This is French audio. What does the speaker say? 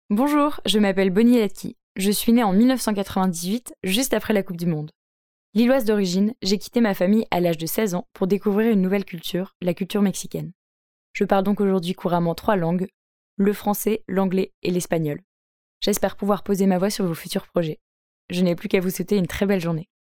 Bonjour, je m'appelle Bonnie Latki. Je suis née en 1998, juste après la Coupe du Monde. Lilloise d'origine, j'ai quitté ma famille à l'âge de 16 ans pour découvrir une nouvelle culture, la culture mexicaine. Je parle donc aujourd'hui couramment 3 langues, le français, l'anglais et l'espagnol. J'espère pouvoir poser ma voix sur vos futurs projets. Je n'ai plus qu'à vous souhaiter une très belle journée.